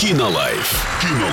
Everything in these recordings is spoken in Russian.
Кинолайф.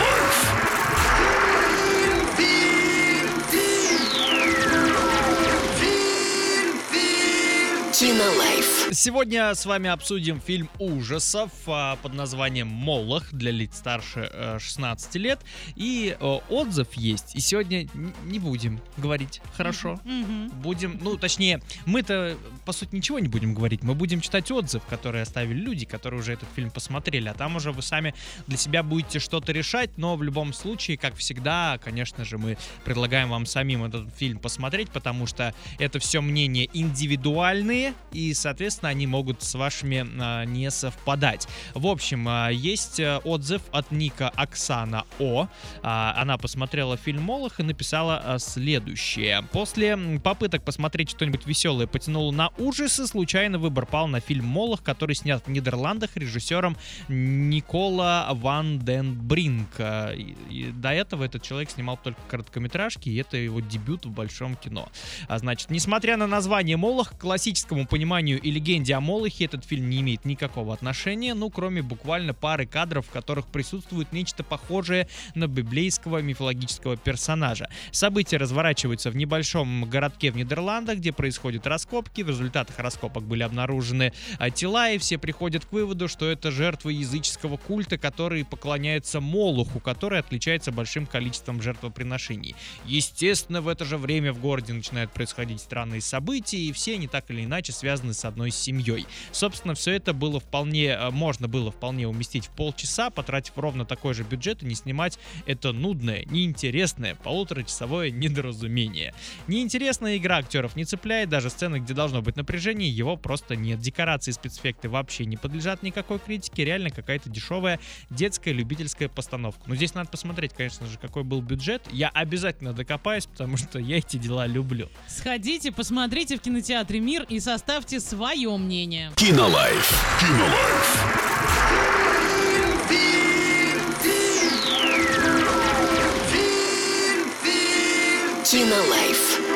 Кинолайф. Сегодня с вами обсудим фильм ужасов под названием «Молох» для лиц старше 16 лет. И отзыв есть. И сегодня не будем говорить, хорошо? Будем, точнее, мы-то, по сути, ничего не будем говорить. Мы будем читать отзыв, который оставили люди, которые уже этот фильм посмотрели. А там уже вы сами для себя будете что-то решать. Но в любом случае, как всегда, конечно же, мы предлагаем вам самим этот фильм посмотреть, потому что это все мнения индивидуальные. И, соответственно, они могут с вашими не совпадать. В общем, есть отзыв от ника Оксана О. Она посмотрела фильм «Молох» и написала следующее. После попыток посмотреть что-нибудь веселое потянуло на ужасы, случайно выбор пал на фильм «Молох», который снят в Нидерландах режиссером Никола ван ден Бринк. И до этого этот человек снимал только короткометражки, и это его дебют в большом кино. Значит, несмотря на название «Молох», к классическому пониманию и легенде о Молохе этот фильм не имеет никакого отношения, кроме буквально пары кадров, в которых присутствует нечто похожее на библейского мифологического персонажа. События разворачиваются в небольшом городке в Нидерландах, где происходят раскопки. В результатах раскопок были обнаружены тела, и все приходят к выводу, что это жертвы языческого культа, который поклоняется Молоху, который отличается большим количеством жертвоприношений. Естественно, в это же время в городе начинают происходить странные события, и все они так или иначе связаны с одной семьей. Собственно, все это можно было вполне уместить в полчаса, потратив ровно такой же бюджет и не снимать это нудное, неинтересное полуторачасовое недоразумение. Неинтересная игра актеров не цепляет, даже сцены, где должно быть напряжение, его просто нет. Декорации и спецэффекты вообще не подлежат никакой критике, реально какая-то дешевая детская любительская постановка. Но здесь надо посмотреть, конечно же, какой был бюджет. Я обязательно докопаюсь, потому что я эти дела люблю. Сходите, посмотрите в кинотеатре «Мир» и составьте свое мнение. Кинолайф. Кинолайф.